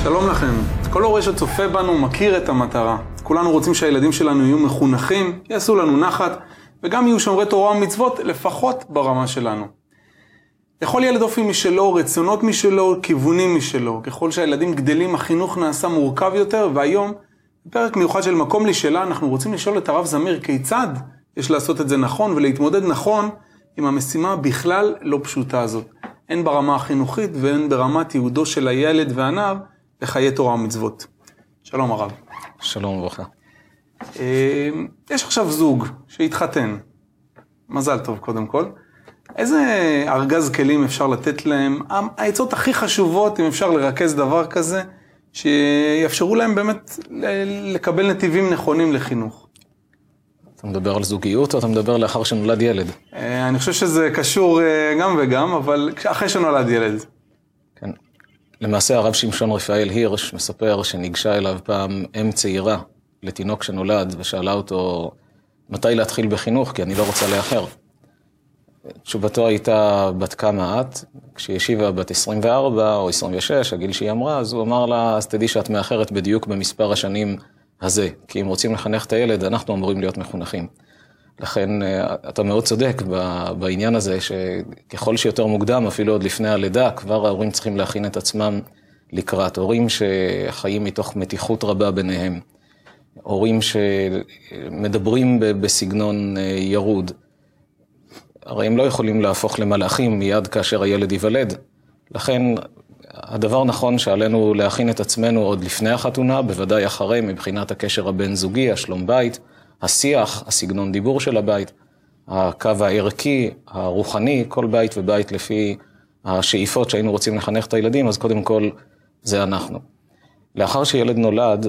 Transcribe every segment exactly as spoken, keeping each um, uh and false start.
שלום לכם. כל הורה שצופה בנו מכיר את המטרה. כולנו רוצים שהילדים שלנו יהיו מחונכים, יעשו לנו נחת, וגם יהיו שומרי תורה ומצוות, לפחות ברמה שלנו. לכל ילד אופי משלו, רצונות משלו, כיוונים משלו. ככל שהילדים גדלים, החינוך נעשה מורכב יותר, והיום, בפרק מיוחד של מקום לי שאלה, אנחנו רוצים לשאול את הרב זמיר כיצד יש לעשות את זה נכון, ולהתמודד נכון עם המשימה בכלל לא פשוטה הזאת. הן ברמה החינוכית והן ברמת יהודו של הילד והנער לחיי תורה ומצוות. שלום הרב. שלום וברכה. יש עכשיו זוג שהתחתן. מזל טוב קודם כל. איזה ארגז כלים אפשר לתת להם? העצות הכי חשובות, אם אפשר לרכז דבר כזה, שיאפשרו להם באמת לקבל נתיבים נכונים לחינוך. אתה מדבר על זוגיות או אתה מדבר לאחר שנולד ילד? אני חושב שזה קשור גם וגם, אבל אחרי שנולד ילד. כן. למעשה הרב שמשון רפאל הירש מספר שניגשה אליו פעם אם צעירה לתינוק שנולד ושאלה אותו מתי להתחיל בחינוך, כי אני לא רוצה לאחר. תשובתו הייתה בת כמה את, כשהיא השיבה בת עשרים וארבע או עשרים ושש, הגיל שהיא אמרה, אז הוא אמר לה, אז תדעי שאת מאחרת בדיוק במספר השנים הזה, כי אם רוצים לחנך את הילד, אנחנו אמורים להיות מחונכים. לכן אתה מאוד צודק בעניין הזה, שככל שיותר מוקדם, אפילו עוד לפני הלידה, כבר ההורים צריכים להכין את עצמם לקראת. הורים שחיים מתוך מתיחות רבה ביניהם, הורים שמדברים בסגנון ירוד, הרי הם לא יכולים להפוך למלאכים מיד כאשר הילד ייוולד. לכן הדבר נכון שעלינו להכין את עצמנו עוד לפני החתונה, בוודאי אחרי, מבחינת הקשר הבין זוגי, השלום בית, השיח, הסגנון דיבור של הבית, הקו הערכי, הרוחני, כל בית ובית לפי השאיפות שהיינו רוצים לחנך את הילדים, אז קודם כל זה אנחנו. לאחר שילד נולד,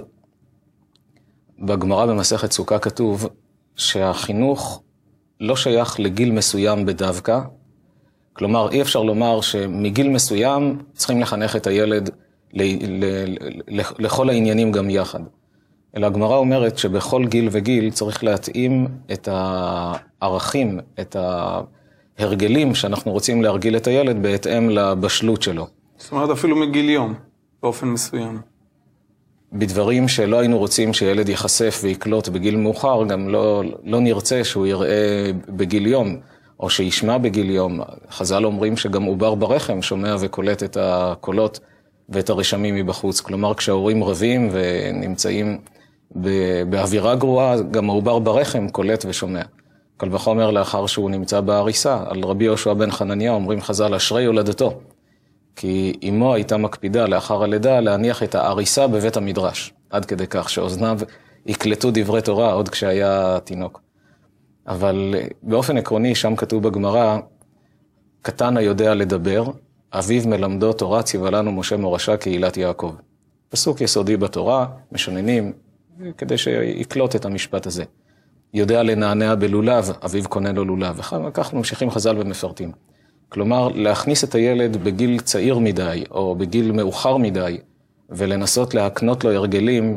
בגמרא במסכת סוכה כתוב שהחינוך לא שייך לגיל מסוים בדווקא, כלומר אי אפשר לומר שמגיל מסוים צריכים לחנך את הילד ל- ל- ל- לכל העניינים גם יחד. אלא הגמרא אומרת שבכל גיל וגיל צריך להתאים את הערכים, את ההרגלים שאנחנו רוצים להרגיל את הילד בהתאם לבשלות שלו. זאת אומרת אפילו מגיל יום, באופן מסוים. בדברים שלא היינו רוצים שילד ייחשף ויקלוט בגיל מאוחר, גם לא, לא נרצה שהוא יראה בגיל יום, או שישמע בגיל יום. חז"ל אומרים שגם עובר ברחם שומע וקולט את הקולות ואת הרשמים מבחוץ. כלומר, כשההורים רבים ונמצאים באווירה גרועה, גם העובר ברחם קולט ושומע. קל וחומר לאחר שהוא נמצא בעריסה. על רבי יהושע בן חנניה אומרים חז"ל, אשרי יולדתו. כי אמו הייתה מקפידה לאחר הלידה להניח את העריסה בבית המדרש, עד כדי כך שאוזניו יקלטו דברי תורה עוד כשהיה תינוק. אבל באופן עקרוני, שם כתוב בגמרא, קטן היודע לדבר, אביו מלמדו תורה, ציווה לנו משה מורשה קהילת יעקב. פסוק יסודי בתורה, משננים, כדי שיקלוט את המשפט הזה. יודע לנענע בלולב, אביו קונה לו לולב, וכך ממשיכים חז"ל ומפרטים. כלומר, להכניס את הילד בגיל צעיר מדי, או בגיל מאוחר מדי, ולנסות להקנות לו הרגלים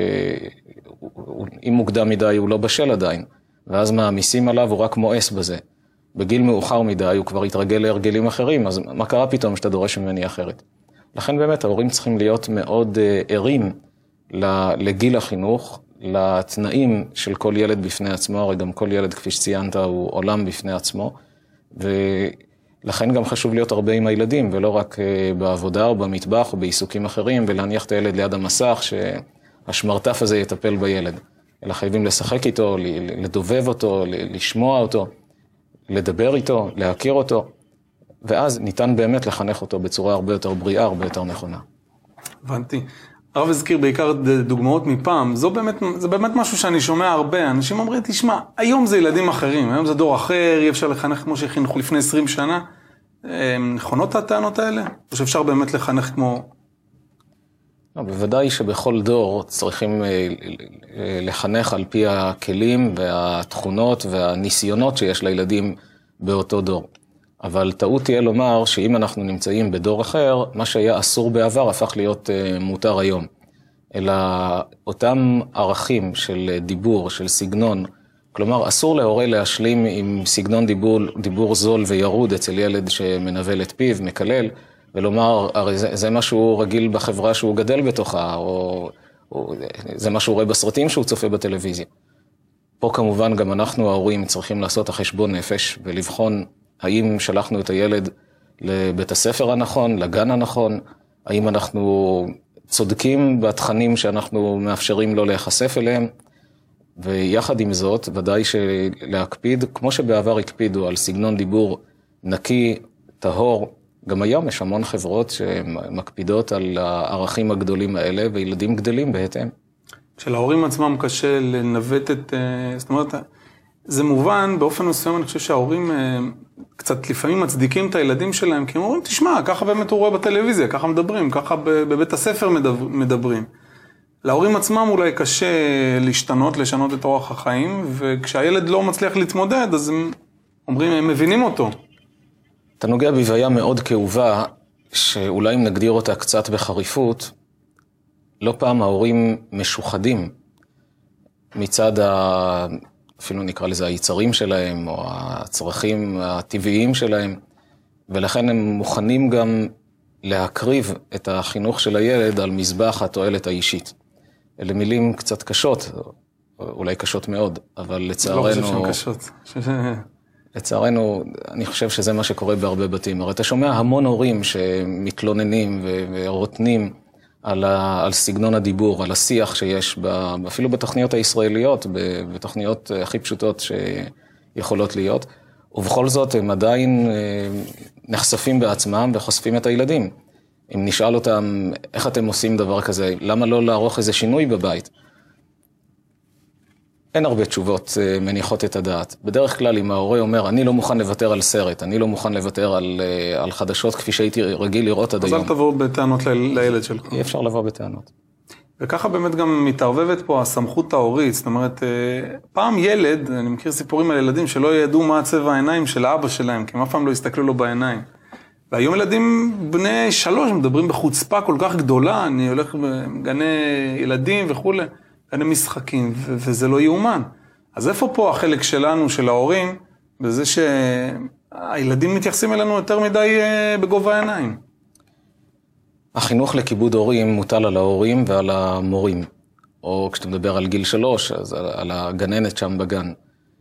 שאם מוקדם מדי הוא לא בשל עדיין, ואז מעמיסים עליו הוא רק מואס בזה. בגיל מאוחר מדי הוא כבר יתרגל להרגלים אחרים, אז מה קרה פתאום שאתה דורש ממני אחרת? לכן באמת ההורים צריכים להיות מאוד ערים לגיל החינוך, לתנאים של כל ילד בפני עצמו, הרי גם כל ילד כפי שציינת הוא עולם בפני עצמו, ולכן גם חשוב להיות הרבה עם הילדים, ולא רק בעבודה או במטבח או בעיסוקים אחרים, ולהניח את הילד ליד המסך שהשמרטף הזה יטפל בילד. אלא חייבים לשחק איתו, לדובב אותו, לשמוע אותו, לדבר איתו, להכיר אותו, ואז ניתן באמת לחנך אותו בצורה הרבה יותר בריאה, הרבה יותר נכונה. הבנתי. הרב הזכיר בעיקר דוגמאות מפעם, זו באמת, זה באמת משהו שאני שומע הרבה, אנשים אומרים, תשמע, היום זה ילדים אחרים, היום זה דור אחר, אי אפשר לחנך כמו שחינכו לפני עשרים שנה. נכונות הטענות האלה? או שאפשר באמת לחנך כמו... לא, בוודאי שבכל דור צריכים לחנך על פי הכלים והתכונות והניסיונות שיש לילדים באותו דור. אבל טעות תהיה לומר שאם אנחנו נמצאים בדור אחר, מה שהיה אסור בעבר הפך להיות מותר היום. אלא אותם ערכים של דיבור, של סגנון, כלומר אסור להורה להשלים עם סגנון דיבור, דיבור זול וירוד אצל ילד שמנבל את פיו, מקלל, ולומר, הרי זה, זה מה שהוא רגיל בחברה שהוא גדל בתוכה, או, או זה מה שהוא רואה בסרטים שהוא צופה בטלוויזיה. פה כמובן גם אנחנו ההורים צריכים לעשות החשבון נפש, ולבחון האם שלחנו את הילד לבית הספר הנכון, לגן הנכון, האם אנחנו צודקים בתכנים שאנחנו מאפשרים לו להיחשף אליהם, ויחד עם זאת, ודאי שלהקפיד, כמו שבעבר הקפידו על סגנון דיבור נקי, טהור, גם היום יש המון חברות שמקפידות על הערכים הגדולים האלה, וילדים גדלים בהתאם. כשלהורים עצמם קשה לנווט את, זאת אומרת, זה מובן, באופן מסוים אני חושב שההורים קצת לפעמים מצדיקים את הילדים שלהם, כי הם אומרים, תשמע, ככה באמת הוא רואה בטלוויזיה, ככה מדברים, ככה בבית הספר מדברים. להורים עצמם אולי קשה להשתנות, לשנות את אורח החיים, וכשהילד לא מצליח להתמודד, אז הם אומרים, הם מבינים אותו. אתה נוגע בבעיה מאוד כאובה, שאולי אם נגדיר אותה קצת בחריפות, לא פעם ההורים משוחדים מצד, ה... אפילו נקרא לזה היצרים שלהם, או הצרכים הטבעיים שלהם, ולכן הם מוכנים גם להקריב את החינוך של הילד על מזבח התועלת האישית. אלה מילים קצת קשות, אולי קשות מאוד, אבל לצערנו... לא חושב שהן קשות. לצערנו, אני חושב שזה מה שקורה בהרבה בתים. הרי אתה שומע המון הורים שמתלוננים ורוטנים על, ה, על סגנון הדיבור, על השיח שיש, ב, אפילו בתוכניות הישראליות, בתוכניות הכי פשוטות שיכולות להיות, ובכל זאת הם עדיין נחשפים בעצמם וחושפים את הילדים. אם נשאל אותם, איך אתם עושים דבר כזה? למה לא לערוך איזה שינוי בבית? אין הרבה תשובות מניחות את הדעת. בדרך כלל, אם ההורה אומר, אני לא מוכן לוותר על סרט, אני לא מוכן לוותר על, על חדשות כפי שהייתי רגיל לראות עד היום. אז אל תבוא בטענות לילד שלך. אי אפשר לבוא בטענות. וככה באמת גם מתערבבת פה הסמכות ההורית. זאת אומרת, פעם ילד, אני מכיר סיפורים על ילדים שלא ידעו מה הצבע העיניים של האבא שלהם, כי הם אף פעם לא הסתכלו לו בעיניים. והיום ילדים בני שלוש מדברים בחוצפה כל כך גדולה, אני הולך בגני ילדים וכו', גני משחקים, ו- וזה לא יאומן. אז איפה פה החלק שלנו, של ההורים, בזה שהילדים מתייחסים אלינו יותר מדי בגובה העיניים? החינוך לכיבוד הורים מוטל על ההורים ועל המורים. או כשאתה מדבר על גיל שלוש, אז על הגננת שם בגן.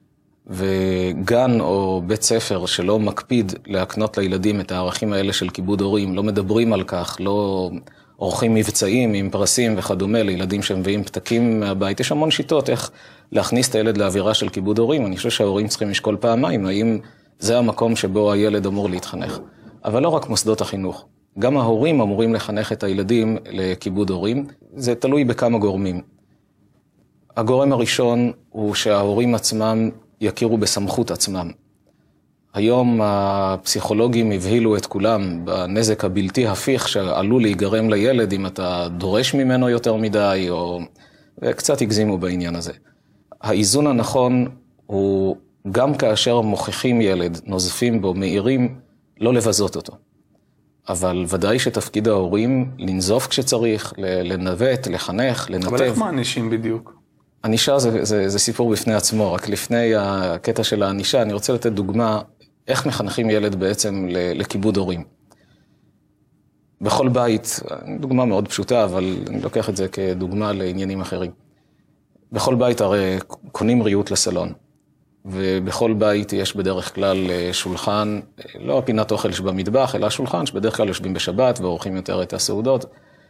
וגן או בית ספר שלא מקפיד להקנות לילדים את הערכים האלה של כיבוד הורים, לא מדברים על כך, לא עורכים מבצעים עם פרסים וכדומה לילדים שמביאים פתקים מהבית. יש המון שיטות איך להכניס את הילד לאווירה של כיבוד הורים. אני חושב שההורים צריכים לשקול פעמיים, האם זה המקום שבו הילד אמור להתחנך. אבל לא רק מוסדות החינוך. גם ההורים אמורים לחנך את הילדים לכיבוד הורים. זה תלוי בכמה גורמים. הגורם הראשון הוא שההורים עצמם יכירו בסמכות עצמם. היום הפסיכולוגים הבהילו את כולם בנזק הבלתי הפיך שעלול להיגרם לילד אם אתה דורש ממנו יותר מדי, או... וקצת הגזימו בעניין הזה. האיזון הנכון הוא גם כאשר מוכיחים ילד, נוזפים בו, מאירים, לא לבזות אותו. אבל ודאי שתפקיד ההורים לנזוף כשצריך, לנווט, לחנך, לנתב. אבל איך מענישים בדיוק? ענישה זה, זה, זה סיפור בפני עצמו, רק לפני הקטע של הענישה, אני רוצה לתת דוגמה איך מחנכים ילד בעצם לכיבוד הורים. בכל בית, דוגמה מאוד פשוטה, אבל אני לוקח את זה כדוגמה לעניינים אחרים. בכל בית הרי קונים ריהוט לסלון, ובכל בית יש בדרך כלל שולחן, לא הפינת אוכל שבמטבח, אלא שולחן שבדרך כלל יושבים בשבת ועורכים יותר את הסעודות.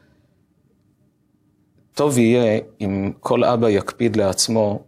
טוב יהיה אם כל אבא יקפיד לעצמו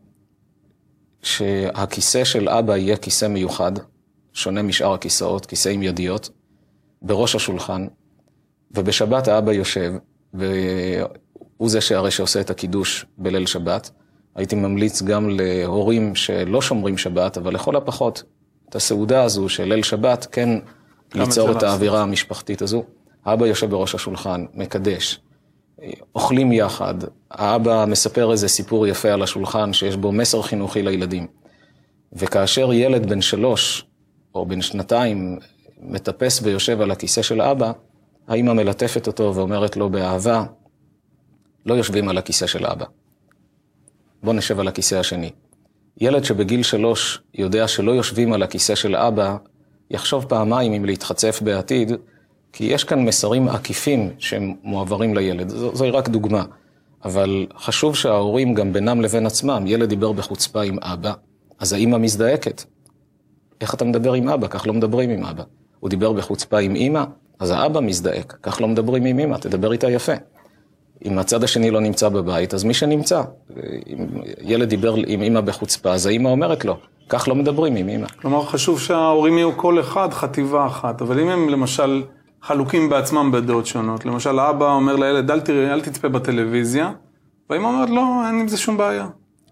שהכיסא של אבא יהיה כיסא מיוחד, שונה משאר הכיסאות, כיסא עם ידיות, בראש השולחן, ובשבת האבא יושב, והוא זה שהרי שעושה את הקידוש בליל שבת. הייתי ממליץ גם להורים שלא שומרים שבת, אבל לכל הפחות את הסעודה הזו של ליל שבת, כן ליצור את האווירה המשפחתית הזו. האבא יושב בראש השולחן, מקדש. אוכלים יחד, האבא מספר איזה סיפור יפה על השולחן שיש בו מסר חינוכי לילדים. וכאשר ילד בן שלוש או בן שנתיים מטפס ויושב על הכיסא של האבא, האמא מלטפת אותו ואומרת לו באהבה, לא יושבים על הכיסא של האבא. בוא נשב על הכיסא השני. ילד שבגיל שלוש יודע שלא יושבים על הכיסא של אבא, יחשוב פעמיים אם להתחצף בעתיד, כי יש כאן מסרים עקיפים שהם מועברים לילד. זו, זוהי רק דוגמה. אבל חשוב שההורים גם בינם לבין עצמם, ילד דיבר בחוצפה עם אבא, אז האמא מזדעקת. איך אתה מדבר עם אבא? כך לא מדברים עם אבא. הוא דיבר בחוצפה עם אמא, אז האבא מזדעק. כך לא מדברים עם אמא, תדבר איתה יפה. אם הצד השני לא נמצא בבית, אז מי שנמצא. אם ילד דיבר עם אמא בחוצפה, אז האמא אומרת לו, כך לא מדברים עם אמא. כלומר, חשוב שההורים יהיו כל אחד חטיבה אחת, אבל אם הם למשל חלוקים בעצמם בדעות שונות, למשל האבא אומר לילד, אל תראה, אל תצפה בטלוויזיה, והאמא אומרת, לא, אין עם זה שום בעיה.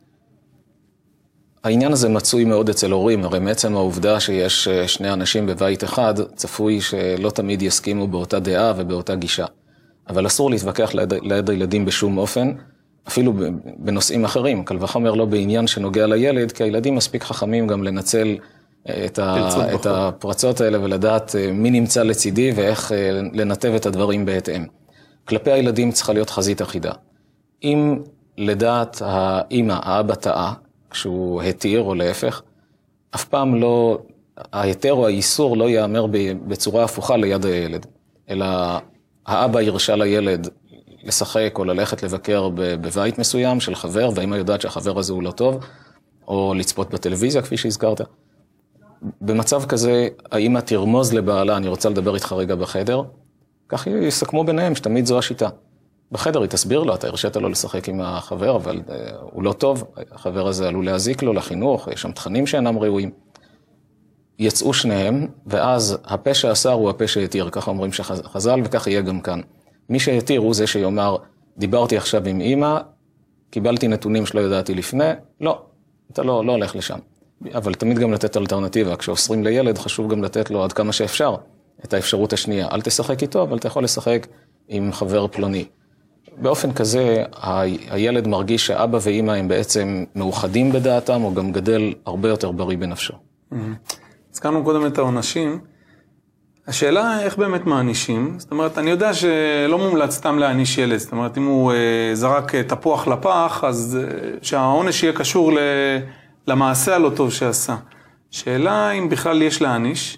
העניין הזה מצוי מאוד אצל הורים, הרי מעצם העובדה שיש שני אנשים בבית אחד, צפוי שלא תמיד יסכימו באותה דעה ובאותה גישה. אבל אסור להתווכח ליד, ליד הילדים בשום אופן, אפילו בנושאים אחרים. קל וחומר לא בעניין שנוגע לילד, כי הילדים מספיק חכמים גם לנצל את, ה, את הפרצות האלה ולדעת מי נמצא לצידי ואיך לנתב את הדברים בהתאם. כלפי הילדים צריכה להיות חזית אחידה. אם לדעת האמא, האבא טעה, כשהוא התיר או להפך, אף פעם לא, ההיתר או האיסור לא יאמר בצורה הפוכה ליד הילד, אלא האבא ירשה לילד לשחק או ללכת לבקר בבית מסוים של חבר, והאמא יודעת שהחבר הזה הוא לא טוב, או לצפות בטלוויזיה כפי שהזכרת. במצב כזה, האמא תרמוז לבעלה, אני רוצה לדבר איתך רגע בחדר, כך יסכמו ביניהם שתמיד זו השיטה. בחדר היא תסביר לו, אתה הרשית לו לשחק עם החבר, אבל הוא לא טוב, החבר הזה עלול להזיק לו לחינוך, יש שם תכנים שאינם ראויים. יצאו שניהם, ואז הפה שאסר הוא הפה שהתיר, ככה אומרים שחז"ל, וכך יהיה גם כאן. מי שהתיר הוא זה שיאמר, דיברתי עכשיו עם אמא, קיבלתי נתונים שלא ידעתי לפני, לא, אתה לא, לא הולך לשם. אבל תמיד גם לתת אלטרנטיבה, כשאוסרים לילד חשוב גם לתת לו עד כמה שאפשר את האפשרות השנייה. אל תשחק איתו, אבל אתה יכול לשחק עם חבר פלוני. באופן כזה, הילד מרגיש שאבא ואמא הם בעצם מאוחדים בדעתם, או גם גדל הרבה יותר בריא בנפשו. הזכרנו קודם את העונשים. השאלה איך באמת מענישים. זאת אומרת, אני יודע שלא מומלץ סתם להעניש ילד. זאת אומרת, אם הוא זרק תפוח לפח, אז שהעונש יהיה קשור למעשה הלא טוב שעשה. שאלה אם בכלל יש להעניש,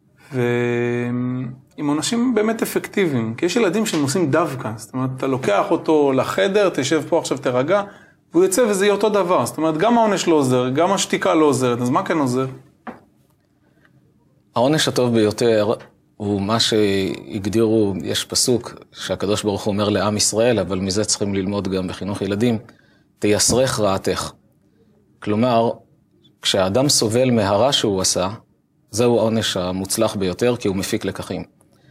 ועם עונשים באמת אפקטיביים. כי יש ילדים שהם עושים דווקא. זאת אומרת, אתה לוקח אותו לחדר, תשב פה עכשיו תרגע, והוא יוצא וזה יהיה אותו דבר. זאת אומרת, גם העונש לא עוזר, גם השתיקה לא עוזרת. אז מה כן עוזר? העונש הטוב ביותר הוא מה שהגדירו, יש פסוק שהקדוש ברוך הוא אומר לעם ישראל, אבל מזה צריכים ללמוד גם בחינוך ילדים, תייסרך רעתך. כלומר, כשהאדם סובל מהרע שהוא עשה, זהו העונש המוצלח ביותר, כי הוא מפיק לקחים.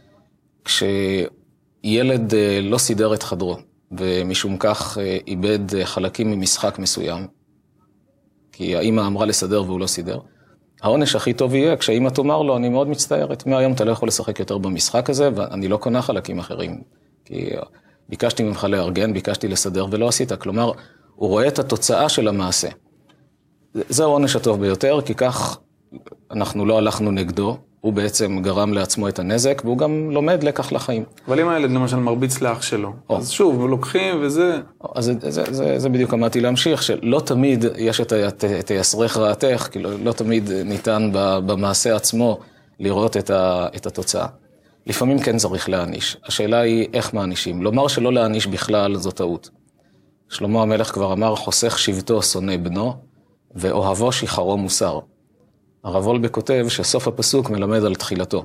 כשילד לא סידר את חדרו, ומשום כך איבד חלקים ממשחק מסוים, כי האמא אמרה לסדר והוא לא סידר, העונש הכי טוב יהיה כשאמא תאמר לו, אני מאוד מצטערת, מהיום אתה לא יכול לשחק יותר במשחק הזה, ואני לא קונה חלקים אחרים. כי ביקשתי ממך לארגן, ביקשתי לסדר ולא עשית. כלומר, הוא רואה את התוצאה של המעשה. זה העונש הטוב ביותר, כי כך אנחנו לא הלכנו נגדו, הוא בעצם גרם לעצמו את הנזק, והוא גם לומד לקח לחיים. אבל אם הילד למשל מרביץ לאח שלו, או. אז שוב, לוקחים וזה... אז זה, זה, זה, זה בדיוק אמרתי להמשיך, שלא תמיד יש את, את, את היסרך רעתך, כי לא, לא תמיד ניתן במעשה עצמו לראות את, ה, את התוצאה. לפעמים כן צריך להעניש. השאלה היא איך מענישים. לומר שלא להעניש בכלל זו טעות. שלמה המלך כבר אמר, חוסך שבטו שונא בנו, ואוהבו שחרו מוסר. הרב וולבה כותב שסוף הפסוק מלמד על תחילתו.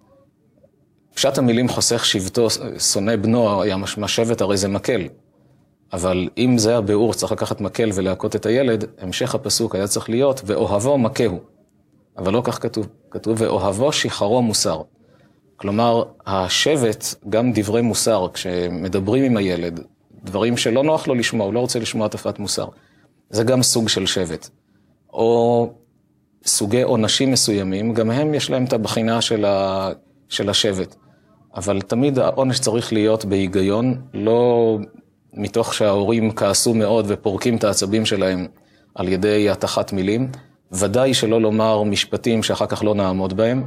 פשט המילים חוסך שבטו, שונא בנו, היה משמע שבט, הרי זה מקל. אבל אם זה הביאור, צריך לקחת מקל ולהכות את הילד, המשך הפסוק היה צריך להיות, ואוהבו מכהו. אבל לא כך כתוב. כתוב, ואוהבו שחרו מוסר. כלומר, השבט, גם דברי מוסר, כשמדברים עם הילד, דברים שלא נוח לו לשמוע, הוא לא רוצה לשמוע הטפת מוסר. זה גם סוג של שבט. או סוגי עונשים מסוימים, גם הם יש להם את הבחינה של, ה... של השבט. אבל תמיד העונש צריך להיות בהיגיון, לא מתוך שההורים כעסו מאוד ופורקים את העצבים שלהם על ידי התחת מילים, ודאי שלא לומר משפטים שאחר כך לא נעמוד בהם.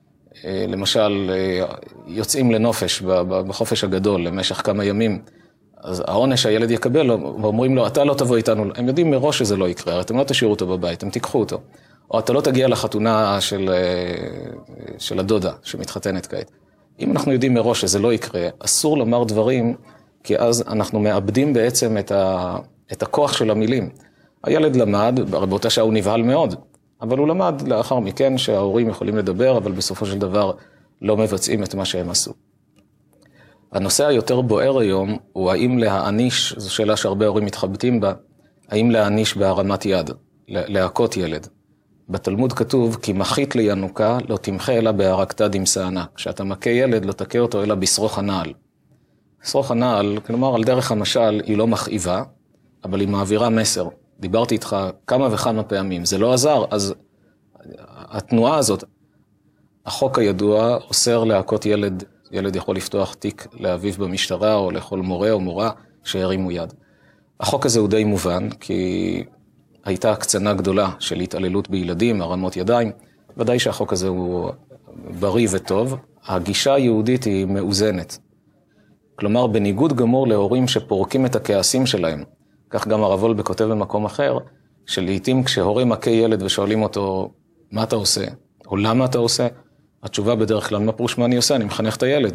למשל, יוצאים לנופש בחופש הגדול למשך כמה ימים, אז העונש הילד יקבל, ואומרים לו, אתה לא תבוא איתנו, הם יודעים מראש שזה לא יקרה, אתם לא תשאירו אותו בבית, אתם תיקחו אותו. או אתה לא תגיע לחתונה של, של הדודה שמתחתנת כעת. אם אנחנו יודעים מראש שזה לא יקרה, אסור לומר דברים, כי אז אנחנו מאבדים בעצם את, ה, את הכוח של המילים. הילד למד, באותה שעה הוא נבהל מאוד, אבל הוא למד לאחר מכן שההורים יכולים לדבר, אבל בסופו של דבר לא מבצעים את מה שהם עשו. הנושא היותר בוער היום הוא האם להעניש, זו שאלה שהרבה הורים מתחבטים בה, האם להעניש בהרמת יד, להכות ילד. בתלמוד כתוב, כי מחית לינוקה לא תמחה אלא בהרקתה דמסענה. כשאתה מכה ילד לא תכה אותו אלא בשרוך הנעל. שרוך הנעל, כלומר על דרך המשל, היא לא מכאיבה, אבל היא מעבירה מסר. דיברתי איתך כמה וכמה פעמים, זה לא עזר, אז התנועה הזאת, החוק הידוע אוסר להכות ילד, ילד יכול לפתוח תיק לאביו במשטרה או לכל מורה או מורה שהרימו יד. החוק הזה הוא די מובן, כי הייתה הקצנה גדולה של התעללות בילדים, הרמות ידיים, ודאי שהחוק הזה הוא בריא וטוב. הגישה היהודית היא מאוזנת. כלומר, בניגוד גמור להורים שפורקים את הכעסים שלהם, כך גם הרב וולבה כותב במקום אחר, שלעיתים כשהורים מכה ילד ושואלים אותו, מה אתה עושה? או למה אתה עושה? התשובה בדרך כלל, מה פירוש מה אני עושה? אני מחנך את הילד.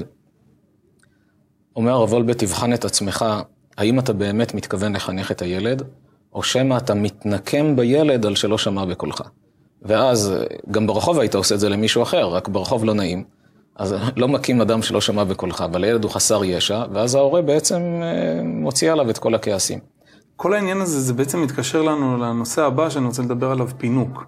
אומר הרב וולבה, תבחן את עצמך, האם אתה באמת מתכוון לחנך את הילד, או שמה אתה מתנקם בילד על שלא שמע בקולך. ואז גם ברחוב היית עושה את זה למישהו אחר, רק ברחוב לא נעים. אז לא מקים אדם שלא שמע בקולך, אבל הילד הוא חסר ישע, ואז ההורה בעצם מוציא עליו את כל הכעסים. כל העניין הזה, זה בעצם מתקשר לנו לנושא הבא שאני רוצה לדבר עליו, פינוק.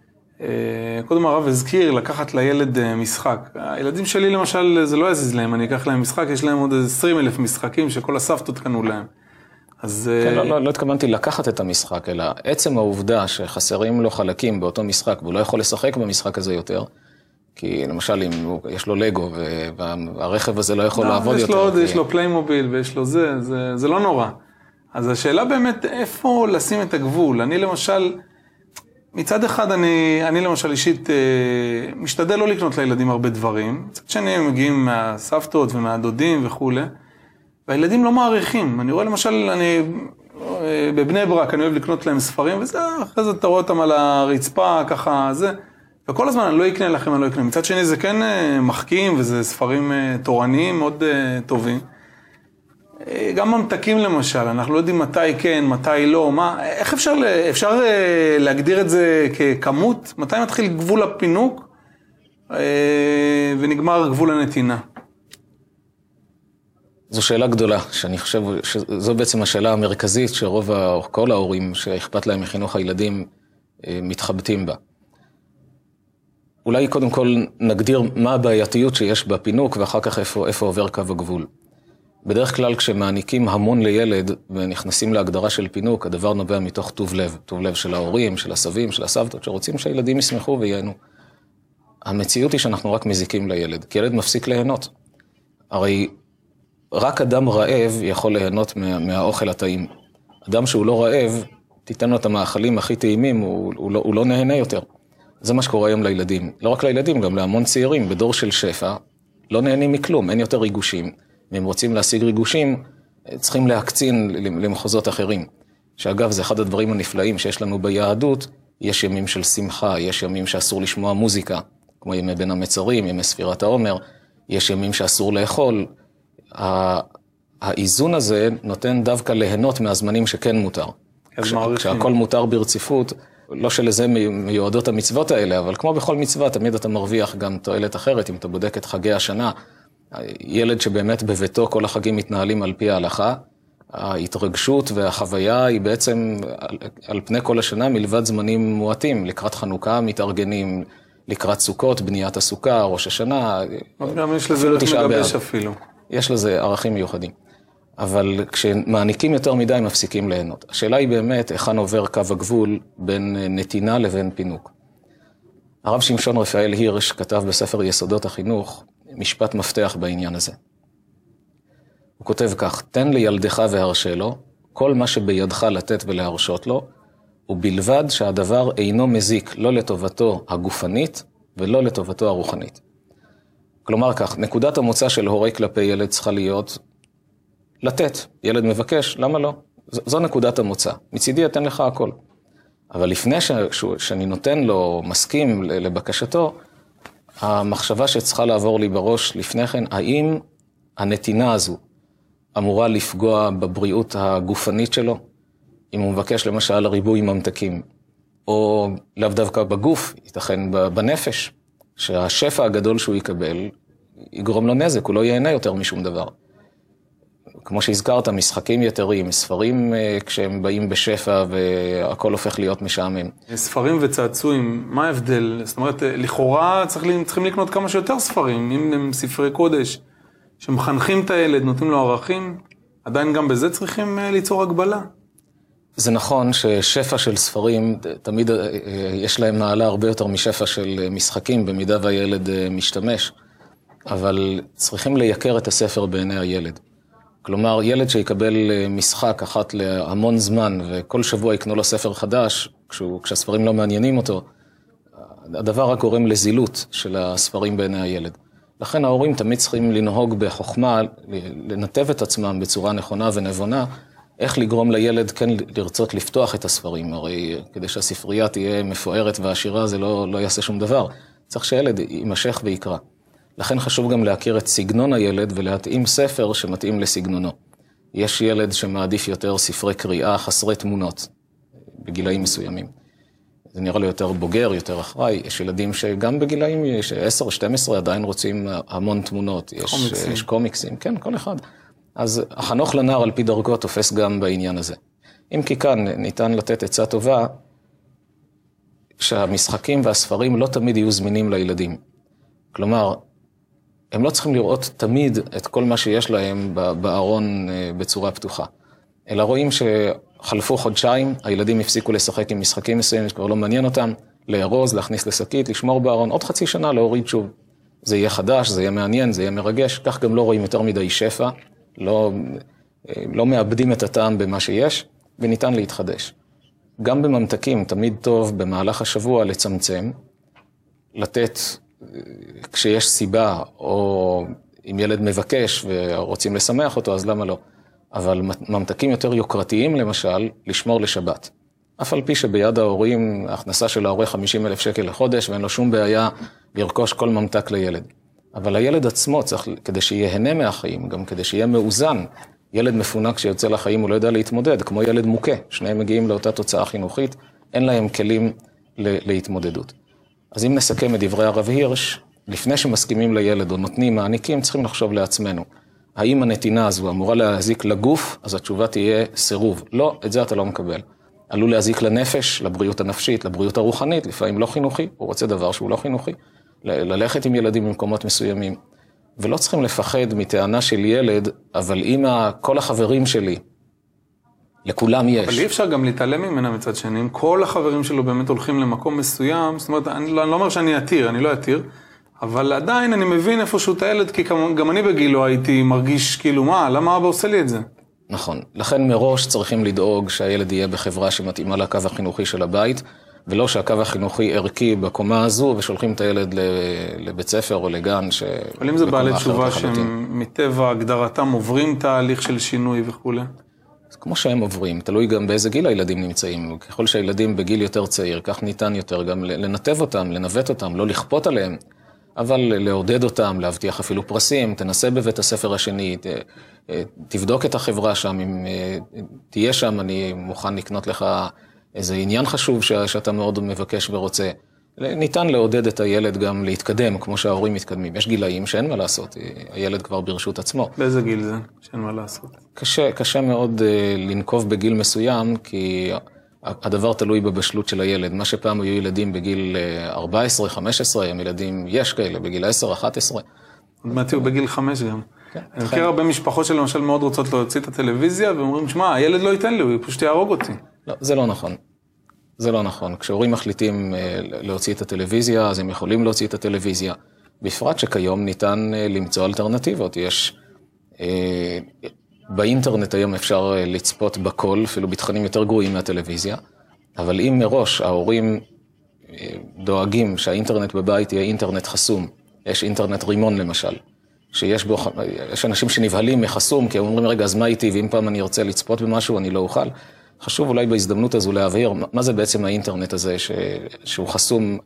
קודם הרב הזכיר לקחת לילד משחק. הילדים שלי למשל, זה לא יזיז להם, אני אקח להם משחק, יש להם עוד עשרים אלף משחקים שכל הסבתות קנו להם. אז... כן, לא, לא, לא התכוונתי לקחת את המשחק, אלא עצם העובדה שחסרים לו חלקים באותו משחק, והוא לא יכול לשחק במשחק הזה יותר, כי למשל אם יש לו לגו, והרכב הזה לא יכול לא, לעבוד יש יותר. לו עוד, כי... יש לו פליימוביל ויש לו זה, זה, זה לא נורא. אז השאלה באמת, איפה לשים את הגבול? אני למשל, מצד אחד אני, אני למשל אישית, משתדל לא לקנות לילדים הרבה דברים. מצד שני הם מגיעים מהסבתות ומהדודים וכו'. והילדים לא מעריכים. אני רואה למשל, אני בבני ברק, אני אוהב לקנות להם ספרים, וזה, אחרי זה אתה רואה אותם על הרצפה, ככה, זה. וכל הזמן אני לא אקנה לכם, אני לא אקנה. מצד שני זה כן מחכים, וזה ספרים תורניים מאוד טובים. גם ממתקים למשל, אנחנו לא יודעים מתי כן, מתי לא, מה, איך אפשר, אפשר להגדיר את זה ככמות? מתי מתחיל גבול הפינוק ונגמר גבול הנתינה? זו שאלה גדולה, שאני חושב שזו בעצם השאלה המרכזית שרוב כל ההורים שאכפת להם מחינוך הילדים מתחבטים בה. אולי קודם כל נגדיר מה הבעייתיות שיש בפינוק ואחר כך איפה, איפה עובר קו הגבול. בדרך כלל כשמעניקים המון לילד ונכנסים להגדרה של פינוק, הדבר נובע מתוך טוב לב, טוב לב של ההורים, של הסבים, של הסבתות, שרוצים שהילדים ישמחו וייהנו. המציאות היא שאנחנו רק מזיקים לילד, כי ילד מפסיק ליהנות. הרי רק אדם רעב יכול ליהנות מה, מהאוכל הטעים. אדם שהוא לא רעב, תיתן לו את המאכלים הכי טעימים, הוא, הוא, לא, הוא לא נהנה יותר. זה מה שקורה היום לילדים. לא רק לילדים, גם להמון צעירים, בדור של שפע, לא נהנים מכלום, אין יותר ריגושים. ואם רוצים להשיג ריגושים, צריכים להקצין למחוזות אחרים. שאגב, זה אחד הדברים הנפלאים שיש לנו ביהדות, יש ימים של שמחה, יש ימים שאסור לשמוע מוזיקה, כמו ימי בין המצרים, ימי ספירת העומר, יש ימים שאסור לאכול. האיזון הזה נותן דווקא ליהנות מהזמנים שכן מותר. כש, כשהכל מותר ברציפות, לא שלזה מיועדות המצוות האלה, אבל כמו בכל מצווה, תמיד אתה מרוויח גם תועלת אחרת, אם אתה בודק את חגי השנה, ילד שבאמת בביתו כל החגים מתנהלים על פי ההלכה, ההתרגשות והחוויה היא בעצם על, על פני כל השנה מלבד זמנים מועטים, לקראת חנוכה מתארגנים, לקראת סוכות, בניית הסוכה, ראש השנה, גם יש לזה מגבש אפילו. יש לזה ערכים מיוחדים. אבל כשמעניקים יותר מדי מפסיקים ליהנות. השאלה היא באמת היכן עובר קו הגבול בין נתינה לבין פינוק. הרב שמשון רפאל הירש כתב בספר יסודות החינוך משפט מפתח בעניין הזה. הוא כותב כך, תן לילדך והרשה לו, כל מה שבידך לתת ולהרשות לו, ובלבד שהדבר אינו מזיק לא לטובתו הגופנית ולא לטובתו הרוחנית. כלומר כך, נקודת המוצא של הורה כלפי ילד צריכה להיות לתת. ילד מבקש, למה לא? זו נקודת המוצא. מצידי אתן לך הכל. אבל לפני ש... שאני נותן לו, מסכים לבקשתו, המחשבה שצריכה לעבור לי בראש לפני כן, האם הנתינה הזו אמורה לפגוע בבריאות הגופנית שלו, אם הוא מבקש למשל ריבוי ממתקים, או לאו דווקא בגוף, ייתכן בנפש, שהשפע הגדול שהוא יקבל יגרום לו נזק, הוא לא ייהנה יותר משום דבר. כמו שהזכרת, משחקים יתרים, ספרים כשהם באים בשפע והכל הופך להיות משעמם. ספרים וצעצועים, מה ההבדל? זאת אומרת, לכאורה צריכים, צריכים לקנות כמה שיותר ספרים, אם הם ספרי קודש, שמחנכים את הילד, נותנים לו ערכים, עדיין גם בזה צריכים ליצור הגבלה. זה נכון ששפע של ספרים, תמיד יש להם מעלה הרבה יותר משפע של משחקים, במידה והילד משתמש, אבל צריכים לייקר את הספר בעיני הילד. כלומר, ילד שיקבל משחק אחת להמון זמן, וכל שבוע יקנו לו ספר חדש, כשהוא, כשהספרים לא מעניינים אותו, הדבר רק גורם לזילות של הספרים בעיני הילד. לכן ההורים תמיד צריכים לנהוג בחוכמה, לנתב את עצמם בצורה נכונה ונבונה, איך לגרום לילד כן לרצות לפתוח את הספרים, הרי כדי שהספרייה תהיה מפוארת ועשירה זה לא, לא יעשה שום דבר. צריך שילד יימשך ויקרא. לכן חשוב גם להכיר את סגנון הילד ולהתאים ספר שמתאים לסגנונו. יש ילד שמעדיף יותר ספרי קריאה חסרי תמונות, בגילאים מסוימים. זה נראה לו יותר בוגר, יותר אחראי. יש ילדים שגם בגילאים עשר שתים עשרה עדיין רוצים המון תמונות. יש קומיקסים. יש קומיקסים, כן, כל אחד. אז החנוך לנער על פי דרכו תופס גם בעניין הזה. אם כי כאן ניתן לתת עצה טובה, שהמשחקים והספרים לא תמיד יהיו זמינים לילדים. כלומר, הם לא צריכים לראות תמיד את כל מה שיש להם בארון בצורה פתוחה. אלא רואים שחלפו חודשיים, הילדים הפסיקו לשחק עם משחקים מסוימים, שכבר לא מעניין אותם, לארוז, להכניס לשקית, לשמור בארון, עוד חצי שנה להוריד שוב. זה יהיה חדש, זה יהיה מעניין, זה יהיה מרגש, כך גם לא רואים יותר מדי שפע, לא, לא מאבדים את הטעם במה שיש, וניתן להתחדש. גם בממתקים, תמיד טוב במהלך השבוע לצמצם, לתת, כשיש סיבה, או אם ילד מבקש ורוצים לשמח אותו, אז למה לא? אבל ממתקים יותר יוקרתיים, למשל, לשמור לשבת. אף על פי שביד ההורים, ההכנסה של ההורה חמישים אלף שקל לחודש, ואין לו שום בעיה לרכוש כל ממתק לילד. אבל הילד עצמו צריך, כדי שיהנה מהחיים, גם כדי שיהיה מאוזן, ילד מפונק שיוצא לחיים הוא לא יודע להתמודד, כמו ילד מוכה, שניהם מגיעים לאותה תוצאה חינוכית, אין להם כלים להתמודדות. אז אם נסכם את דברי הרב הירש, לפני שמסכימים לילד או נותנים מעניקים, צריכים לחשוב לעצמנו, האם הנתינה הזו אמורה להזיק לגוף, אז התשובה תהיה סירוב. לא, את זה אתה לא מקבל. עלול להזיק לנפש, לבריאות הנפשית, לבריאות הרוחנית, לפעמים לא חינוכי, הוא רוצה דבר שהוא לא חינוכי, ללכת עם ילדים במקומות מסוימים. ולא צריכים לפחד מטענה של ילד, אבל אם כל החברים שלי, לכולם יש. אבל אי אפשר גם להתעלם ממנה מצד שני, אם כל החברים שלו באמת הולכים למקום מסוים, זאת אומרת, אני לא, אני לא אומר שאני אתיר, אני לא אתיר, אבל עדיין אני מבין איפשהו את הילד, כי גם אני בגילו הייתי מרגיש כאילו, מה, למה אבא עושה לי את זה? נכון, לכן מראש צריכים לדאוג שהילד יהיה בחברה שמתאימה לקו החינוכי של הבית, ולא שהקו החינוכי ערכי בקומה הזו, ושולחים את הילד לבית ספר או לגן ש... אבל אם זה בעלי תשובה שהם מטבע הגדרתם עוברים תהליך של שינוי וכו'. כמו שהם עוברים, תלוי גם באיזה גיל הילדים נמצאים. ככל שהילדים בגיל יותר צעיר, כך ניתן יותר גם לנתב אותם, לנווט אותם, לא לכפות עליהם, אבל לעודד אותם, להבטיח אפילו פרסים, תנסה בבית הספר השני, תבדוק את החברה שם, אם תהיה שם, אני מוכן לקנות לך איזה עניין חשוב שאתה מאוד מבקש ורוצה. ניתן לעודד את הילד גם להתקדם, כמו שההורים מתקדמים. יש גילאים שאין מה לעשות, הילד כבר ברשות עצמו. באיזה גיל זה שאין מה לעשות? קשה, קשה מאוד לנקוב בגיל מסוים, כי הדבר תלוי בבשלות של הילד. מה שפעם היו ילדים בגיל ארבע עשרה חמש עשרה, הם ילדים, יש כאלה, בגיל עשר אחת עשרה. עוד מעט היו בגיל חמש גם. אני מכיר הרבה משפחות שלמשל מאוד רוצות להוציא את הטלוויזיה, ואומרים, שמע, הילד לא ייתן לי, הוא פשוט יהרוג אותי. לא, זה לא נכון. זה לא נכון. כשהורים מחליטים להוציא את הטלוויזיה, אז הם יכולים להוציא את הטלוויזיה. בפרט שכיום ניתן למצוא אלטרנטיבות. יש, באינטרנט היום אפשר לצפות בכל, אפילו בתכנים יותר גרועים מהטלוויזיה, אבל אם מראש ההורים דואגים שהאינטרנט בבית יהיה אינטרנט חסום, יש אינטרנט רימון למשל, שיש בו, יש אנשים שנבהלים מחסום, כי הם אומרים, רגע, אז מה איתי, ואם פעם אני ארצה לצפות במשהו, אני לא אוכל. חשוב אולי בהזדמנות הזו להבהיר, מה זה בעצם האינטרנט הזה, ש... שהוא חסום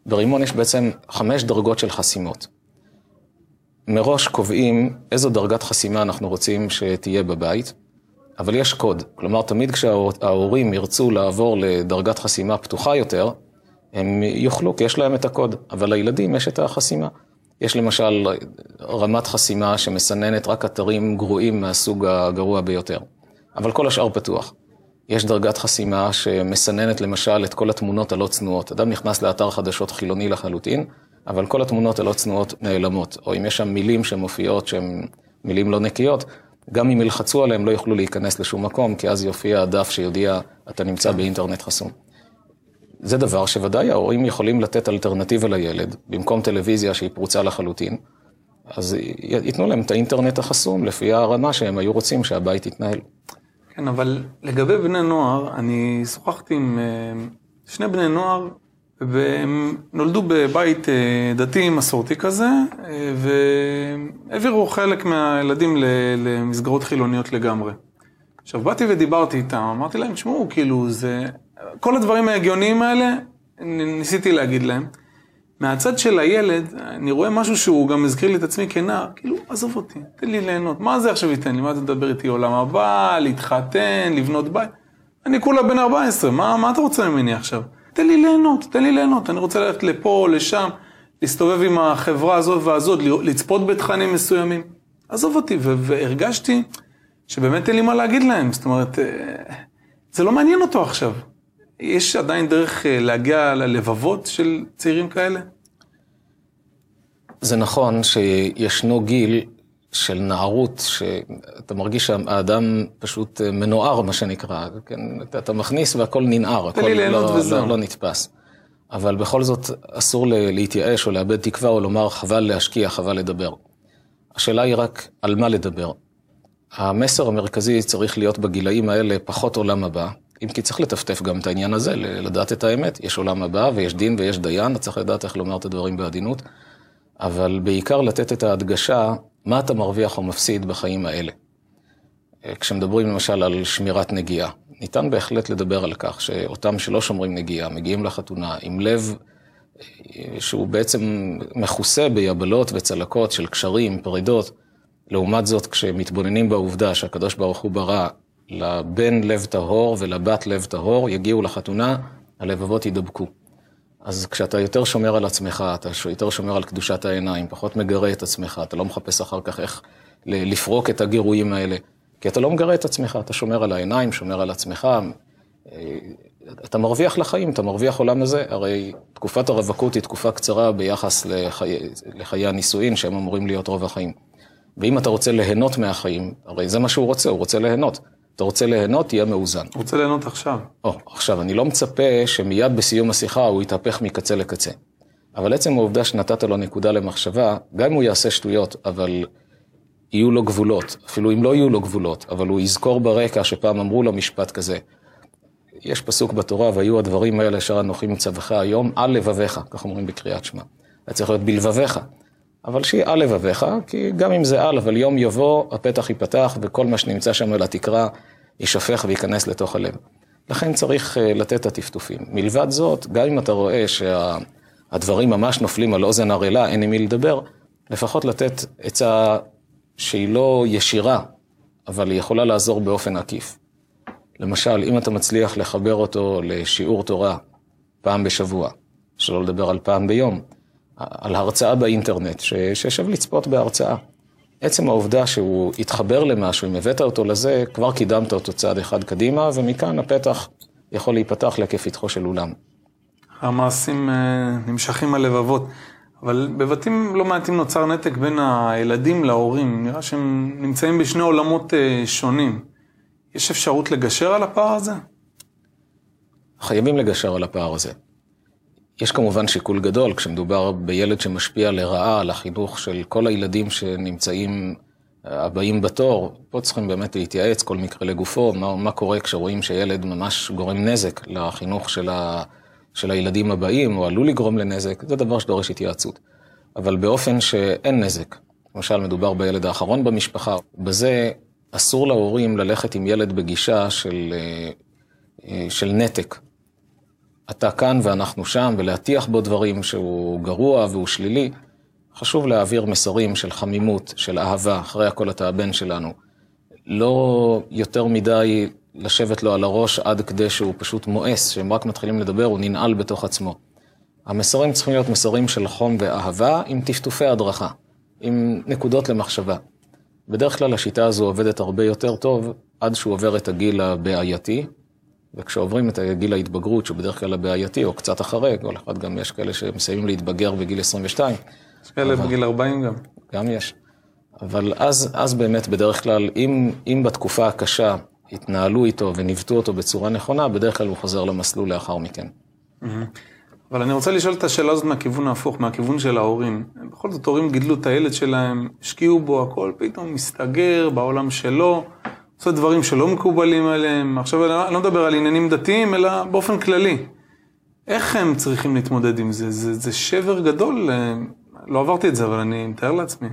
ברימון יש בעצם חמש דרגות של חסימות. מראש קובעים איזו דרגת חסימה אנחנו רוצים שתהיה בבית, אבל יש קוד. כלומר, תמיד כשההורים ירצו לעבור לדרגת חסימה פתוחה יותר, הם יוכלו, כי יש להם את הקוד, אבל לילדים יש את החסימה. יש למשל רמת חסימה שמסננת רק אתרים גרועים מהסוג הגרוע ביותר, אבל כל השאר פתוח. יש דרגת חסימה שמסננת למשל את כל התמונות הלא צנועות. אדם נכנס לאתר חדשות חילוני לחלוטין, אבל כל התמונות הלא צנועות נעלמות, או אם יש שם מילים שמופיעות שהן מילים לא נקיות, גם אם ילחצו עליהם לא יוכלו להיכנס לשום מקום, כי אז יופיע הדף שיודיע אתה נמצא באינטרנט חסום. זה דבר שוודאי ההורים יכולים לתת אלטרנטיבה לילד, במקום טלוויזיה שהיא פרוצה לחלוטין, אז ייתנו להם את האינטרנט החסום לפי הרמה שהם היו רוצים שהבית יתנהל. כן, אבל לגבי בני נוער, אני שוחחתי עם שני בני נוער, והם נולדו בבית דתי מסורתי כזה, והעבירו חלק מהילדים למסגרות חילוניות לגמרי. עכשיו, באתי ודיברתי איתם, אמרתי להם, שמעו, כאילו, זה... כל הדברים ההגיוניים האלה, ניסיתי להגיד להם. מהצד של הילד, אני רואה משהו שהוא גם מזכיר לי את עצמי כנער, כאילו, עזוב אותי, תן לי ליהנות. מה זה עכשיו ייתן לי? מה אתה מדבר איתי? עולם הבא, להתחתן, לבנות בית? אני כולה בן ארבע עשרה, מה, מה אתה רוצה ממני עכשיו? תן לי ליהנות, תן לי ליהנות. אני רוצה ללכת לפה, לשם, להסתובב עם החברה הזאת והזאת, לצפות בתכנים מסוימים. עזוב אותי, והרגשתי שבאמת אין לי מה להגיד להם. זאת אומרת, זה לא מעניין אותו עכשיו. יש עדיין דרך להגיע ללבבות של צעירים כאלה? זה נכון שישנו גיל של נערות, שאתה מרגיש שהאדם פשוט מנוער, מה שנקרא. כן? אתה מכניס והכל ננער, הכל לא, לא, לא נתפס. אבל בכל זאת אסור להתייאש או לאבד תקווה או לומר חבל להשקיע, חבל לדבר. השאלה היא רק על מה לדבר. המסר המרכזי צריך להיות בגילאים האלה פחות עולם הבא, אם כי צריך לטפטף גם את העניין הזה, לדעת את האמת. יש עולם הבא ויש דין ויש דיין, צריך לדעת איך לומר את הדברים בעדינות, אבל בעיקר לתת את ההדגשה, מה אתה מרוויח או מפסיד בחיים האלה. כשמדברים למשל על שמירת נגיעה, ניתן בהחלט לדבר על כך שאותם שלא שומרים נגיעה, מגיעים לחתונה עם לב שהוא בעצם מכוסה ביבלות וצלקות של קשרים, פרידות. לעומת זאת, כשמתבוננים בעובדה שהקדוש ברוך הוא ברא לבן לב טהור ולבת לב טהור, יגיעו לחתונה, הלבבות ידבקו. אז כשאתה יותר שומר על עצמך, אתה יותר שומר על קדושת העיניים, פחות מגרה את עצמך, אתה לא מחפש אחר כך איך לפרוק את הגירויים האלה, כי אתה לא מגרה את עצמך, אתה שומר על העיניים, שומר על עצמך, אתה מרוויח לחיים, אתה מרוויח עולם הזה, הרי תקופת הרווקות היא תקופה קצרה ביחס לחיי, לחיי הנישואין, שהם אמורים להיות רוב החיים. ואם אתה רוצה ליהנות מהחיים, הרי זה מה שהוא רוצה, הוא רוצה ליהנות. אתה רוצה ליהנות, תהיה מאוזן. הוא רוצה ליהנות עכשיו. או, עכשיו, אני לא מצפה שמיד בסיום השיחה הוא יתהפך מקצה לקצה. אבל עצם העובדה שנתת לו נקודה למחשבה, גם אם הוא יעשה שטויות, אבל יהיו לו גבולות. אפילו אם לא יהיו לו גבולות, אבל הוא יזכור ברקע שפעם אמרו לו משפט כזה. יש פסוק בתורה, והיו הדברים האלה אשר אנוכי מצווך היום, על לבביך, כך אומרים בקריאת שמע. זה צריך להיות בלבביך. אבל שיהיה על לבביך, כי גם אם זה על, אבל יום יבוא, הפתח ייפתח, וכל מה שנמצא שם על התקרה יישפך וייכנס לתוך הלב. לכן צריך לתת את הטפטופים. מלבד זאת, גם אם אתה רואה שהדברים ממש נופלים על אוזן ערלה, אין עם מי לדבר, לפחות לתת עצה שהיא לא ישירה, אבל היא יכולה לעזור באופן עקיף. למשל, אם אתה מצליח לחבר אותו לשיעור תורה פעם בשבוע, שלא לדבר על פעם ביום, על הרצאה באינטרנט, שישב לצפות בהרצאה. עצם העובדה שהוא התחבר למשהו, אם הבאת אותו לזה, כבר קידמת אותו צעד אחד קדימה, ומכאן הפתח יכול להיפתח לכפתחו של אולם. המעשים נמשכים הלבבות, אבל בבתים לא מעטים נוצר נתק בין הילדים להורים, נראה שהם נמצאים בשני עולמות שונים. יש אפשרות לגשר על הפער הזה? חייבים לגשר על הפער הזה. יש כמובן שיקול גדול כשמדובר בילד שמשפיע לרעה על החינוך של כל הילדים שנמצאים הבאים בתור. פה צריכים באמת להתייעץ כל מקרה לגופו, מה, מה קורה כשרואים שילד ממש גורם נזק לחינוך של, ה, של הילדים הבאים, או עלול לגרום לנזק, זה דבר שדורש התייעצות. אבל באופן שאין נזק, למשל מדובר בילד האחרון במשפחה, בזה אסור להורים ללכת עם ילד בגישה של, של נתק. אתה כאן ואנחנו שם, ולהטיח בו דברים שהוא גרוע והוא שלילי. חשוב להעביר מסרים של חמימות, של אהבה, אחרי הכל אתה הבן שלנו. לא יותר מדי לשבת לו על הראש עד כדי שהוא פשוט מואס, שהם רק מתחילים לדבר, הוא ננעל בתוך עצמו. המסרים צריכים להיות מסרים של חום ואהבה עם טפטופי הדרכה, עם נקודות למחשבה. בדרך כלל השיטה הזו עובדת הרבה יותר טוב עד שהוא עובר את הגיל הבעייתי, וכשעוברים את הגיל ההתבגרות, שהוא בדרך כלל הבעייתי, או קצת אחרי, כל אחד גם יש כאלה שמסיימים להתבגר בגיל עשרים ושתיים. יש כאלה אבל... בגיל ארבעים גם. גם יש. אבל אז, אז באמת בדרך כלל, אם, אם בתקופה הקשה התנהלו איתו וניווטו אותו בצורה נכונה, בדרך כלל הוא חוזר למסלול לאחר מכן. אבל אני רוצה לשאול את השאלה הזאת מהכיוון ההפוך, מהכיוון של ההורים. בכל זאת, הורים גידלו את הילד שלהם, השקיעו בו הכל, פתאום מסתגר בעולם שלו, עושה דברים שלא מקובלים עליהם. עכשיו אני לא מדבר על עניינים דתיים, אלא באופן כללי. איך הם צריכים להתמודד עם זה? זה, זה שבר גדול, לא עברתי את זה, אבל אני מתאר לעצמי.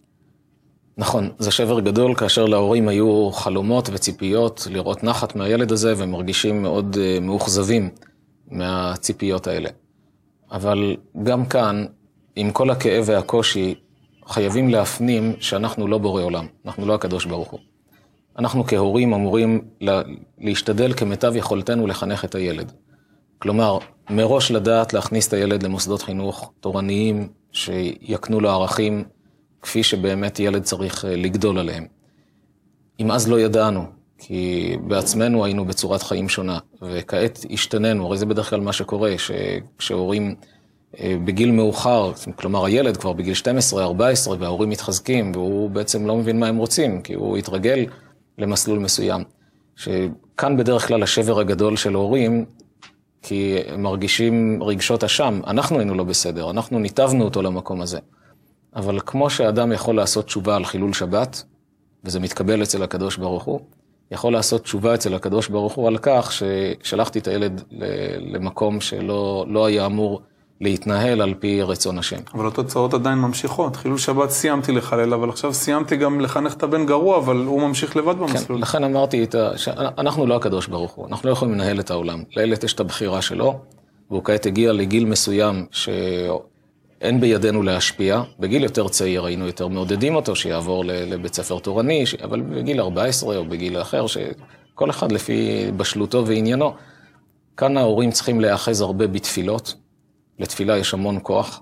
נכון, זה שבר גדול כאשר להורים היו חלומות וציפיות לראות נחת מהילד הזה, והם מרגישים מאוד מאוכזבים מהציפיות האלה. אבל גם כאן, עם כל הכאב והקושי, חייבים להפנים שאנחנו לא בורא עולם, אנחנו לא הקדוש ברוך הוא. אנחנו כהורים אמורים להשתדל כמיטב יכולתנו לחנך את הילד. כלומר, מראש לדעת להכניס את הילד למוסדות חינוך תורניים שיקנו לו ערכים כפי שבאמת ילד צריך לגדול עליהם. אם אז לא ידענו, כי בעצמנו היינו בצורת חיים שונה, וכעת השתננו, הרי זה בדרך כלל מה שקורה, שכשהורים בגיל מאוחר, כלומר הילד כבר בגיל שתים עשרה ארבע עשרה, וההורים מתחזקים, והוא בעצם לא מבין מה הם רוצים, כי הוא התרגל למסלול מסוים. שכאן בדרך כלל השבר הגדול של הורים, כי הם מרגישים רגשות אשם, אנחנו היינו לא בסדר, אנחנו ניתבנו אותו למקום הזה. אבל כמו שאדם יכול לעשות תשובה על חילול שבת, וזה מתקבל אצל הקדוש ברוך הוא, יכול לעשות תשובה אצל הקדוש ברוך הוא על כך ששלחתי את הילד למקום שלא לא היה אמור להתנהל על פי רצון השם. אבל התוצאות עדיין ממשיכות. חילול שבת סיימתי לחלל, אבל עכשיו סיימתי גם לחנך את הבן גרוע, אבל הוא ממשיך לבד במסלול. כן, לכן אמרתי, אנחנו לא הקדוש ברוך הוא, אנחנו לא יכולים לנהל את העולם. לילד יש את הבחירה שלו, והוא כעת הגיע לגיל מסוים שאין בידינו להשפיע. בגיל יותר צעיר היינו יותר מעודדים אותו שיעבור לבית ספר תורני, אבל בגיל ארבע עשרה או בגיל אחר, שכל אחד לפי בשלותו ועניינו. כאן ההורים צריכים להאחז הרבה בתפילות. לתפילה יש המון כוח,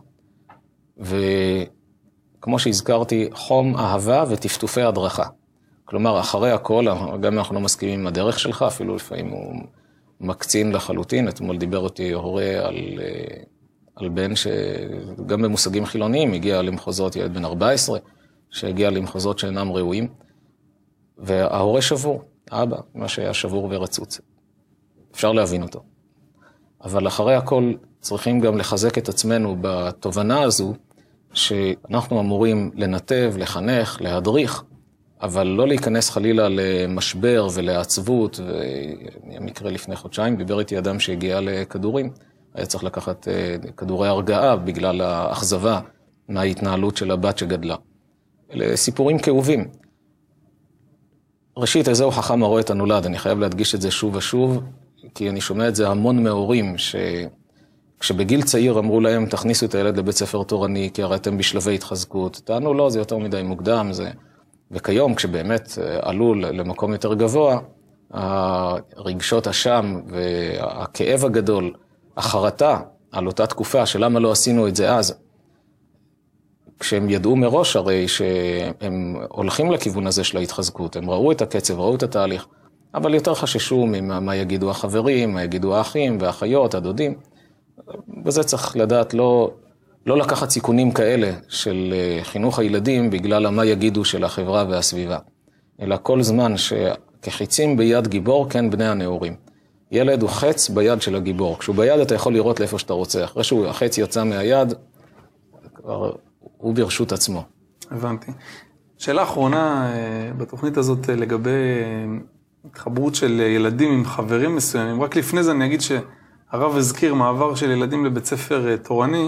וכמו שהזכרתי, חום, אהבה וטפטופי הדרכה. כלומר, אחרי הכל, גם אם אנחנו לא מסכימים עם הדרך שלך, אפילו לפעמים הוא מקצין לחלוטין. אתמול דיבר אותי הורה על, על בן שגם במושגים חילוניים הגיע למחוזות, ילד בן ארבע עשרה, שהגיע למחוזות שאינם ראויים, וההורה שבור, אבא, מה שהיה שבור ורצוץ. אפשר להבין אותו. אבל אחרי הכל צריכים גם לחזק את עצמנו בתובנה הזו, שאנחנו אמורים לנתב, לחנך, להדריך, אבל לא להיכנס חלילה למשבר ולעצבות. והמקרה לפני חודשיים, דיבר איתי אדם שהגיע לכדורים, היה צריך לקחת כדורי הרגעה בגלל האכזבה מההתנהלות של הבת שגדלה. אלה סיפורים כאובים. ראשית, איזהו חכם הרואה את הנולד, אני חייב להדגיש את זה שוב ושוב, כי אני שומע את זה המון מהורים, שכשבגיל צעיר אמרו להם, תכניסו את הילד לבית ספר תורני, כי הרי אתם בשלבי התחזקות. טענו, לא, זה יותר מדי מוקדם. זה... וכיום, כשבאמת עלו למקום יותר גבוה, הרגשות אשם והכאב הגדול, החרטה על אותה תקופה, שלמה לא עשינו את זה אז, כשהם ידעו מראש הרי שהם הולכים לכיוון הזה של ההתחזקות, הם ראו את הקצב, ראו את התהליך, אבל יותר חששו ממה יגידו החברים, מה יגידו האחים והאחיות, הדודים. וזה צריך לדעת לא, לא לקחת סיכונים כאלה של חינוך הילדים בגלל מה יגידו של החברה והסביבה. אלא כל זמן שכחיצים ביד גיבור, כן בני הנאורים. ילד הוא חץ ביד של הגיבור. כשהוא ביד אתה יכול לראות לאיפה שאתה רוצה. אחרי שהוא החץ יצא מהיד, כבר הוא ברשות עצמו. הבנתי. שאלה אחרונה בתוכנית הזאת לגבי התחברות של ילדים עם חברים מסוימים. רק לפני זה אני אגיד שהרב הזכיר מעבר של ילדים לבית ספר תורני.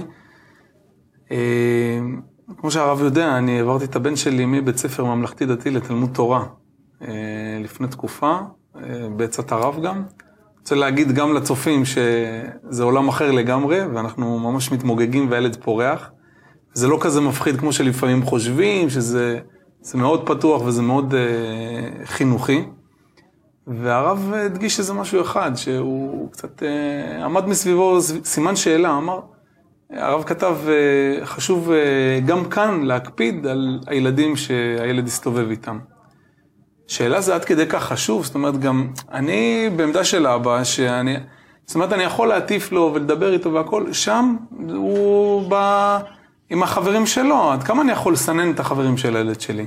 כמו שהרב יודע, אני עברתי את הבן שלי מבית ספר ממלכתי דתי לתלמוד תורה לפני תקופה, בעצת הרב גם. רוצה להגיד גם לצופים שזה עולם אחר לגמרי, ואנחנו ממש מתמוגגים והילד פורח. זה לא כזה מפחיד כמו שלפעמים חושבים, שזה זה מאוד פתוח וזה מאוד uh, חינוכי. והרב הדגיש שזה משהו אחד, שהוא קצת uh, עמד מסביבו סימן שאלה, אמר, הרב כתב, uh, חשוב uh, גם כאן להקפיד על הילדים שהילד יסתובב איתם. שאלה זה עד כדי כך חשוב, זאת אומרת גם, אני בעמדה של אבא, שאני, זאת אומרת אני יכול להטיף לו ולדבר איתו והכל, שם הוא בא עם החברים שלו, עד כמה אני יכול לסנן את החברים של הילד שלי?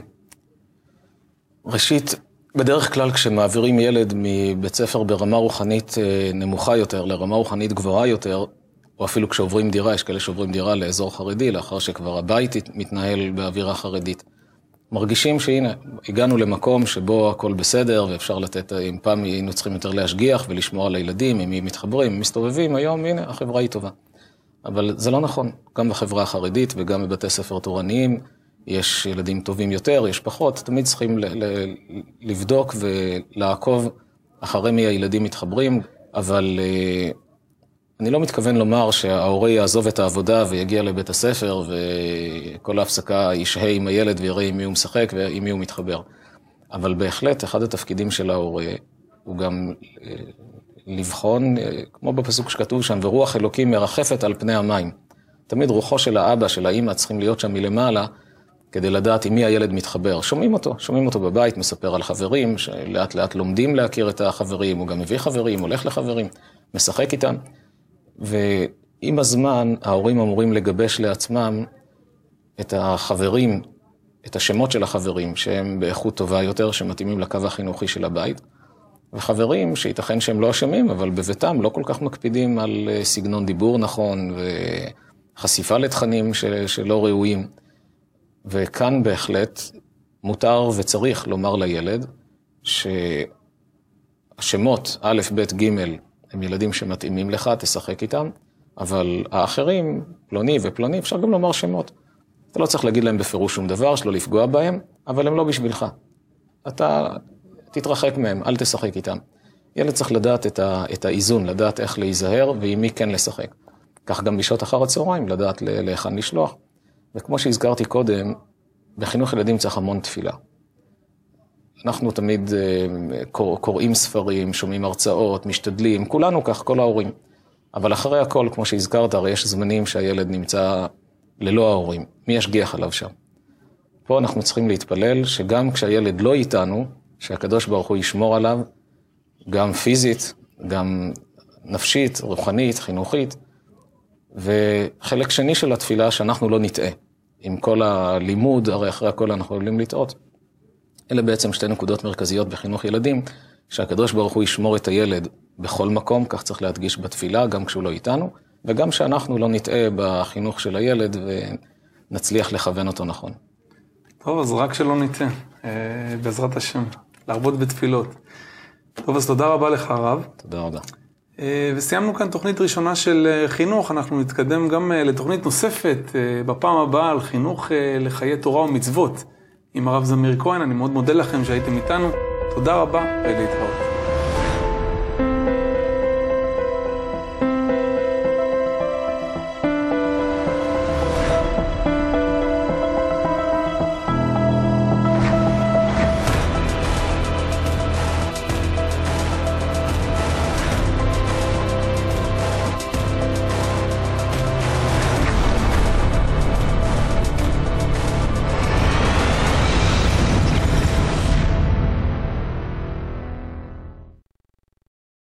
ראשית, בדרך כלל כשמעבירים ילד מבית ספר ברמה רוחנית נמוכה יותר לרמה רוחנית גבוהה יותר, או אפילו כשעוברים דירה, יש כאלה שעוברים דירה לאזור חרדי, לאחר שכבר הבית מתנהל באווירה חרדית. מרגישים שהנה, הגענו למקום שבו הכל בסדר, ואפשר לתת, אם פעם היינו צריכים יותר להשגיח ולשמור על הילדים, אם הם מתחברים, הם מסתובבים, היום הנה, החברה היא טובה. אבל זה לא נכון, גם בחברה החרדית וגם בבתי ספר תורניים, יש ילדים טובים יותר, יש פחות, תמיד צריכים ל- ל- לבדוק ולעקוב אחרי מי הילדים מתחברים, אבל uh, אני לא מתכוון לומר שההורה יעזוב את העבודה ויגיע לבית הספר וכל ההפסקה ישהה עם הילד ויראה עם מי הוא משחק ועם מי הוא מתחבר. אבל בהחלט אחד התפקידים של ההורה הוא גם uh, לבחון, uh, כמו בפסוק שכתוב שם, ורוח אלוקים מרחפת על פני המים. תמיד רוחו של האבא, של האמא, צריכים להיות שם מלמעלה, כדי לדעת עם מי הילד מתחבר. שומעים אותו, שומעים אותו בבית, מספר על חברים, שלאט לאט לומדים להכיר את החברים, הוא גם מביא חברים, הולך לחברים, משחק איתם. ועם הזמן, ההורים אמורים לגבש לעצמם את החברים, את השמות של החברים, שהם באיכות טובה יותר, שמתאימים לקו החינוכי של הבית. וחברים שייתכן שהם לא אשמים, אבל בביתם לא כל כך מקפידים על סגנון דיבור נכון, וחשיפה לתכנים של, שלא ראויים. וכאן בהחלט מותר וצריך לומר לילד שהשמות א', ב', ג' הם ילדים שמתאימים לך, תשחק איתם, אבל האחרים, פלוני ופלוני, אפשר גם לומר שמות. אתה לא צריך להגיד להם בפירוש שום דבר, שלא לפגוע בהם, אבל הם לא בשבילך. אתה תתרחק מהם, אל תשחק איתם. ילד צריך לדעת את, ה, את האיזון, לדעת איך להיזהר ועם מי כן לשחק. כך גם בשעות אחר הצהריים, לדעת להיכן לשלוח. וכמו שהזכרתי קודם, בחינוך ילדים צריך המון תפילה. אנחנו תמיד קוראים ספרים, שומעים הרצאות, משתדלים, כולנו כך, כל ההורים. אבל אחרי הכל, כמו שהזכרת, הרי יש זמנים שהילד נמצא ללא ההורים. מי ישגיח עליו שם? פה אנחנו צריכים להתפלל שגם כשהילד לא איתנו, שהקדוש ברוך הוא ישמור עליו, גם פיזית, גם נפשית, רוחנית, חינוכית, וחלק שני של התפילה שאנחנו לא נטעה. עם כל הלימוד, הרי אחרי הכל אנחנו יכולים לטעות. אלה בעצם שתי נקודות מרכזיות בחינוך ילדים, שהקדוש ברוך הוא ישמור את הילד בכל מקום, כך צריך להדגיש בתפילה, גם כשהוא לא איתנו, וגם שאנחנו לא נטעה בחינוך של הילד ונצליח לכוון אותו נכון. טוב, אז רק שלא נטעה, בעזרת השם, להרבות בתפילות. טוב, אז תודה רבה לך הרב. תודה רבה. וסיימנו כאן תוכנית ראשונה של חינוך, אנחנו נתקדם גם לתוכנית נוספת בפעם הבאה על חינוך לחיי תורה ומצוות עם הרב זמיר כהן. אני מאוד מודה לכם שהייתם איתנו, תודה רבה ולהתראות.